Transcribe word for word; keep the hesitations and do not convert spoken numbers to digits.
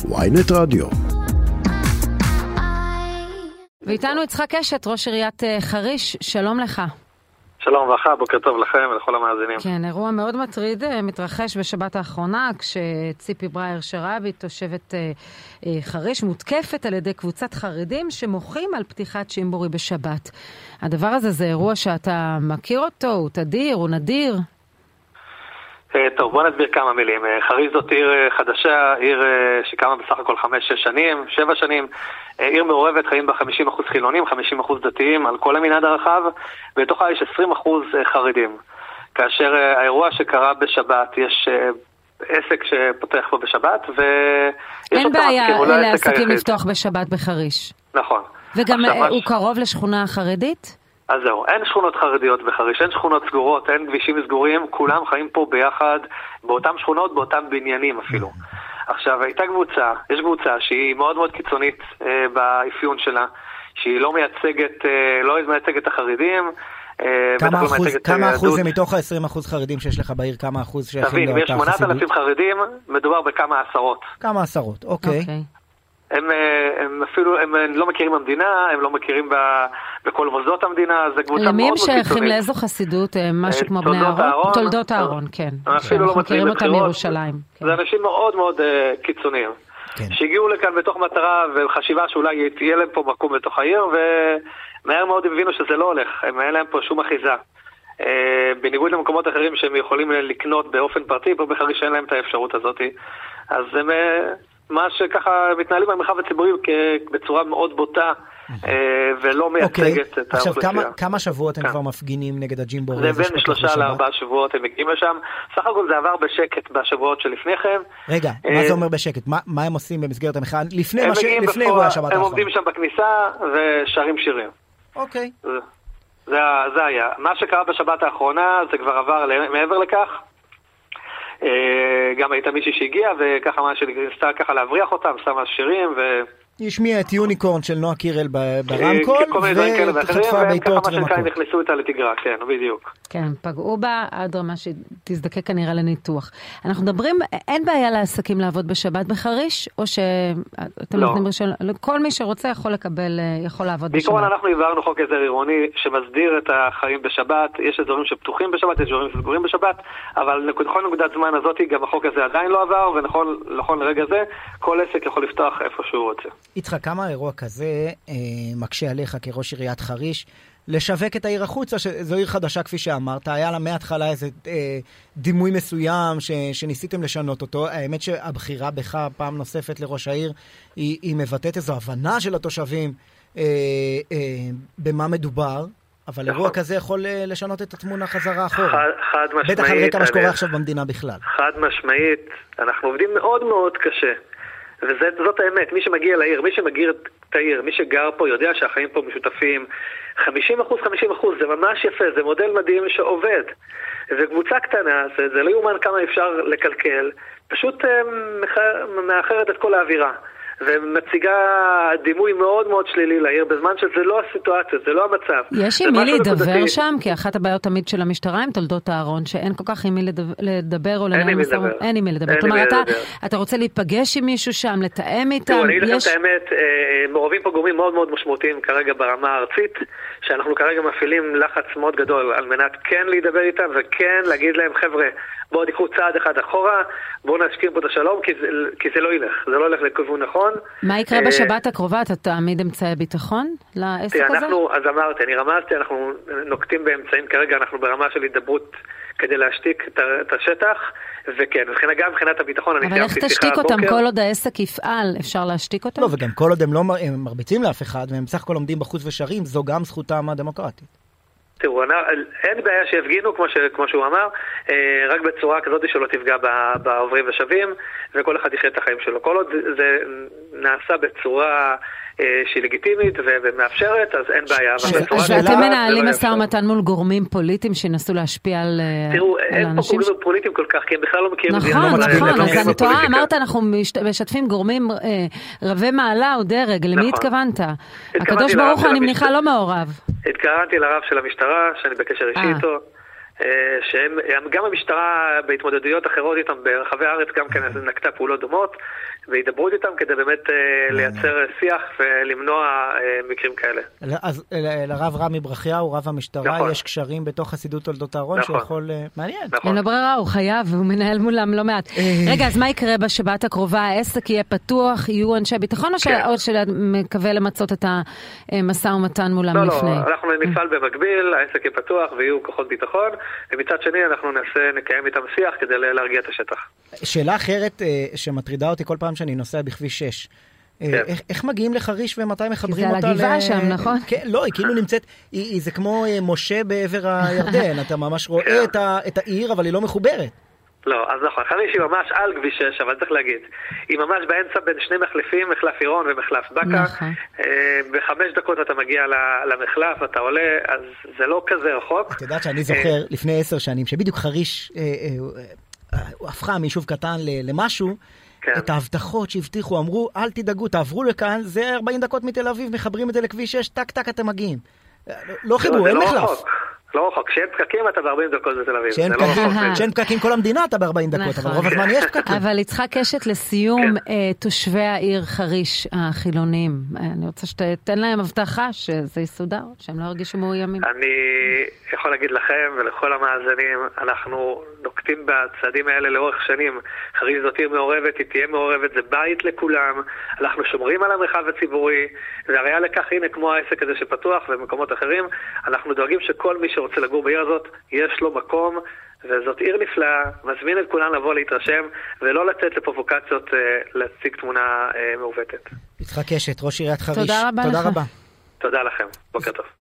וויינט רדיו. ואיתנו יצחק קשת, ראש עיריית חריש, שלום לך. שלום וברכה, בוקר טוב לכם ולכל המאזינים. כן, אירוע מאוד מטריד מתרחש בשבת האחרונה, כשציפי ברייר שרבי, תושבת חריש, מותקפת על ידי קבוצת חרדים שמוחים על פתיחת שימבורי בשבת. הדבר הזה זה אירוע שאתה מכיר אותו, הוא תדיר, הוא נדיר? טוב, בוא נסביר כמה מילים. חריש זאת עיר חדשה, עיר שקמה בסך הכל חמש, שש שנים, שבע שנים. עיר מעורבת, חיים בה חמישים אחוז חילונים, חמישים אחוז דתיים, על כל המנעד הרחב, ובתוכה יש עשרים אחוז חרדים. כאשר האירוע שקרה בשבת, יש עסק שפותח פה בשבת, ויש אין בעיה לעסקים לפתוח בשבת בחריש. נכון. וגם הוא קרוב לשכונה חרדית? אז זהו, אין שכונות חרדיות בחריש, אין שכונות סגורות, אין כבישים סגורים, כולם חיים פה ביחד, באותם שכונות, באותם בניינים אפילו. עכשיו, הייתה קבוצה, יש קבוצה שהיא מאוד מאוד קיצונית אה, באפיון שלה, שהיא לא מייצגת, אה, לא מייצגת את החרדים. אה, כמה אחוז, לא כמה אחוז זה מתוך ה-עשרים אחוז חרדים שיש לך בעיר, כמה אחוז שייכים לאותה חסידות? תבין, יש שמונת אלפים חרדים, מדובר בכמה עשרות. כמה עשרות, אוקיי. אוקיי. הם, הם אפילו, הם לא מכירים המדינה, הם לא מכירים בכל מוסדות המדינה, זה קבוצה מאוד מאוד קיצונית. למי הם שייכים לאיזו חסידות, משהו כמו בני אהרון? תולדות אהרון, כן. אנחנו מכירים אותם מירושלים. זה אנשים מאוד מאוד קיצוניים, שהגיעו לכאן בתוך מטרה וחשיבה שאולי תהיה להם פה מקום בתוך העיר, ומהר מאוד הם הבינו שזה לא הולך, הם אין להם פה שום אחיזה. בניגוד למקומות אחרים שהם יכולים לקנות באופן פרטי, פה בחריש אין להם את האפשרות הזאת, אז הם... מה שככה מתנהלים במרחב הציבורי בצורה מאוד בוטה ולא מייצגת את האוכלוסייה. עכשיו, כמה שבועות הם כבר מפגינים נגד הג'ימבורי? זה בין שלושה לארבעה שבועות הם מגיעים לשם. סך הכל זה עבר בשקט בשבועות שלפני כן. רגע, מה זה אומר בשקט? מה הם עושים במסגרת המחאה? לפני אירוע השבת האחרונה. הם עובדים שם בכניסה ושרים שירים. אוקיי. זה היה. מה שקרה בשבת האחרונה זה כבר עבר מעבר לכך. גם הייתה מישהי שהגיעה וככה מה שניסתה ככה להבריח אותם, שמה שירים ו... השמיע את יוניקורן של נועה קירל ברמקול וחטפה בעיטות ומכות. וככה נכנסו איתה לתגרה, כן, בדיוק. כן, פגעו בה עד רמה שתזדקק כנראה לניתוח. אנחנו מדברים, אין בעיה לעסקים לעבוד בשבת בחריש, או שאתם נותנים בשביל... כל מי שרוצה יכול לקבל, יכול לעבוד בשבת. בעיקרון אנחנו העברנו חוק עזר עירוני שמסדיר את החיים בשבת, יש אזורים שפתוחים בשבת, יש אזורים שסגורים בשבת, אבל בכל נקודת זמן הזאת גם החוק הזה עדיין לא עבר, ונכון לרגע זה, כל עסק יכול לפתוח איפה שהוא רוצה. יצחק, כמה אירוע כזה אה, מקשה עליך כראש עיריית חריש לשווק את העיר החוצה, שזו עיר חדשה כפי שאמרת, היה לה מההתחלה איזה אה, דימוי מסוים ש, שניסיתם לשנות אותו, האמת שהבחירה בך פעם נוספת לראש העיר, היא, היא מבטאת איזו הבנה של התושבים אה, אה, במה מדובר, אבל נכון. אירוע כזה יכול לשנות את התמונה חזרה אחורה. חד, חד משמעית. בטח על רקע מה שקורה עכשיו במדינה בכלל. חד משמעית, אנחנו עובדים מאוד מאוד קשה. וזאת האמת, מי שמגיע לעיר, מי שמגיר את העיר, מי שגר פה יודע שהחיים פה משותפים, חמישים אחוז, חמישים אחוז, זה ממש יפה, זה מודל מדהים שעובד. זה קבוצה קטנה, זה, זה לא יומן כמה אפשר לקלקל, פשוט מאחרת את כל האווירה. ומציגה דימוי מאוד מאוד שלילי לעיר, בזמן שזה לא הסיטואציה, זה לא המצב. יש עם מי להידבר שם? כי אחת הבעיות תמיד של המשטרה עם תולדות אהרון, שאין כל כך עם מי לדבר או לנהל מסע. אין עם מי לדבר. כלומר, אתה רוצה להיפגש עם מישהו שם, לתאם איתם? תראו, אני אגיד לכם את האמת, מעורבים פה גורמים מאוד מאוד משמעותיים כרגע ברמה הארצית, שאנחנו כרגע מפעילים לחץ מאוד גדול על מנת כן להידבר איתם, וכן להגיד להם, חבר'ה, בואו תיקחו צעד אחד אחורה, בואו נשקיע פה את השלום, כי זה, כי זה לא ילך, זה לא הולך לכיוון נכון. מה יקרה בשבת הקרובה? אתה תעמיד אמצעי ביטחון לעסק הזה? אנחנו, אז אמרתי, אני רמזתי, אנחנו נוקטים באמצעים, כרגע אנחנו ברמה של הידברות כדי להשתיק את השטח, וכן, גם מבחינת הביטחון, אבל איך תשתיק אותם? כל עוד העסק יפעל, אפשר להשתיק אותם? לא, וגם כל עוד הם לא מרביצים לאף אחד, והם בסך הכל עומדים בחוץ ושרים, זו גם זכותם הדמוקרטית. תראו, אין בעיה שיפגינו, כמו, ש, כמו שהוא אמר, רק בצורה כזאת שלא תפגע בעוברים ושווים, וכל אחד יחיה את החיים שלו. כל עוד זה נעשה בצורה שהיא לגיטימית ומאפשרת, אז אין בעיה. אז ואתם מנהלים משא ומתן מול גורמים פוליטיים שינסו להשפיע על אנשים? תראו, אין פה גורמים פוליטיים כל כך, כי הם בכלל לא מכירים... נכון, נכון, אז אני טועה, אמרת, אנחנו משתפים גורמים רבי מעלה או דרג, למי התכוונת? הקדוש ברוך הוא, אני מניחה, לא מעורב. התקרנתי לרב של המשטרה, שאני בקשר אישי איתו, שגם המשטרה בהתמודדויות אחרות איתם ברחבי הארץ גם כן נקטה פעולות דומות, וידברו איתם כדי באמת לייצר שיח ולמנוע מקרים כאלה. אז לרב רמי ברכיהו, רב המשטרה, יש קשרים בתוך חסידות תולדות אהרון שיכול... מעניין. אין לו ברירה, הוא חייב, הוא מנהל מולם לא מעט. רגע, אז מה יקרה בשבת הקרובה? העסק יהיה פתוח, יהיו אנשי ביטחון, או שמקווה למצות את המשא ומתן מולם לפני? לא, לא, אנחנו נפעל במקביל, העסק יהיה פתוח ויהיו כוחות ביטחון, ומצד שני אנחנו ננסה, נקיים איתם שיח כדי להרגיע את השטח. שאלה אחרת שמטרידה אותי כל פעם שאני נוסע בכביש שש. איך מגיעים לחריש ומתי מחברים אותה? כי זה על הגבעה שם, נכון? לא, היא כאילו נמצאת, זה כמו משה בעבר הירדן, אתה ממש רואה את העיר, אבל היא לא מחוברת. לא, אז נכון, חריש היא ממש על כביש שש, אבל צריך להגיד, היא ממש באמצע בין שני מחלפים, מחלף עירון ומחלף בקה. בחמש דקות אתה מגיע למחלף, אתה עולה, אז זה לא כזה רחוק. את יודעת שאני זוכר לפני עשר שנים, שבדיוק חריש הפכה מיישוב קטן למשהו, את ההבטחות שהבטיחו, אמרו, אל תדאגו, תעברו לכאן, זה ארבעים דקות מתל אביב, מחברים את זה לכביש שש, טק טק אתם מגיעים. לא חיבור, אין מחלף. לא רחוק, כשאין פקקים אתה ב-ארבעים דקות בתל אביב. כשאין פקקים כל המדינה אתה ב-ארבעים דקות, אבל רוב הזמן יש פקקים. אבל יצחק קשת לסיום, תושבי העיר חריש החילוניים, אני רוצה שתתן להם הבטחה שזה יסודר, שהם לא הרגישו מאוימים. אני יכול להגיד לכם ולכל המאזינים, אנחנו נוקטים בצעדים האלה לאורך שנים. חריש זאת עיר מעורבת, היא תהיה מעורבת, זה בית לכולם, אנחנו שומרים על המרחב הציבורי, והראיה לכך, הנה כמו העסק הזה שפתוח ומקומות אחרים, אנחנו דואגים שכל מי שרוצה לגור בעיר הזאת, יש לו מקום, וזאת עיר נפלאה, מזמין את כולם לבוא להתרשם, ולא לצאת לפרובוקציות להציג תמונה מעוותת. יצחק קשת, ראש עיריית חריש. תודה רבה לך. תודה רבה. תודה לכם, בוקר טוב.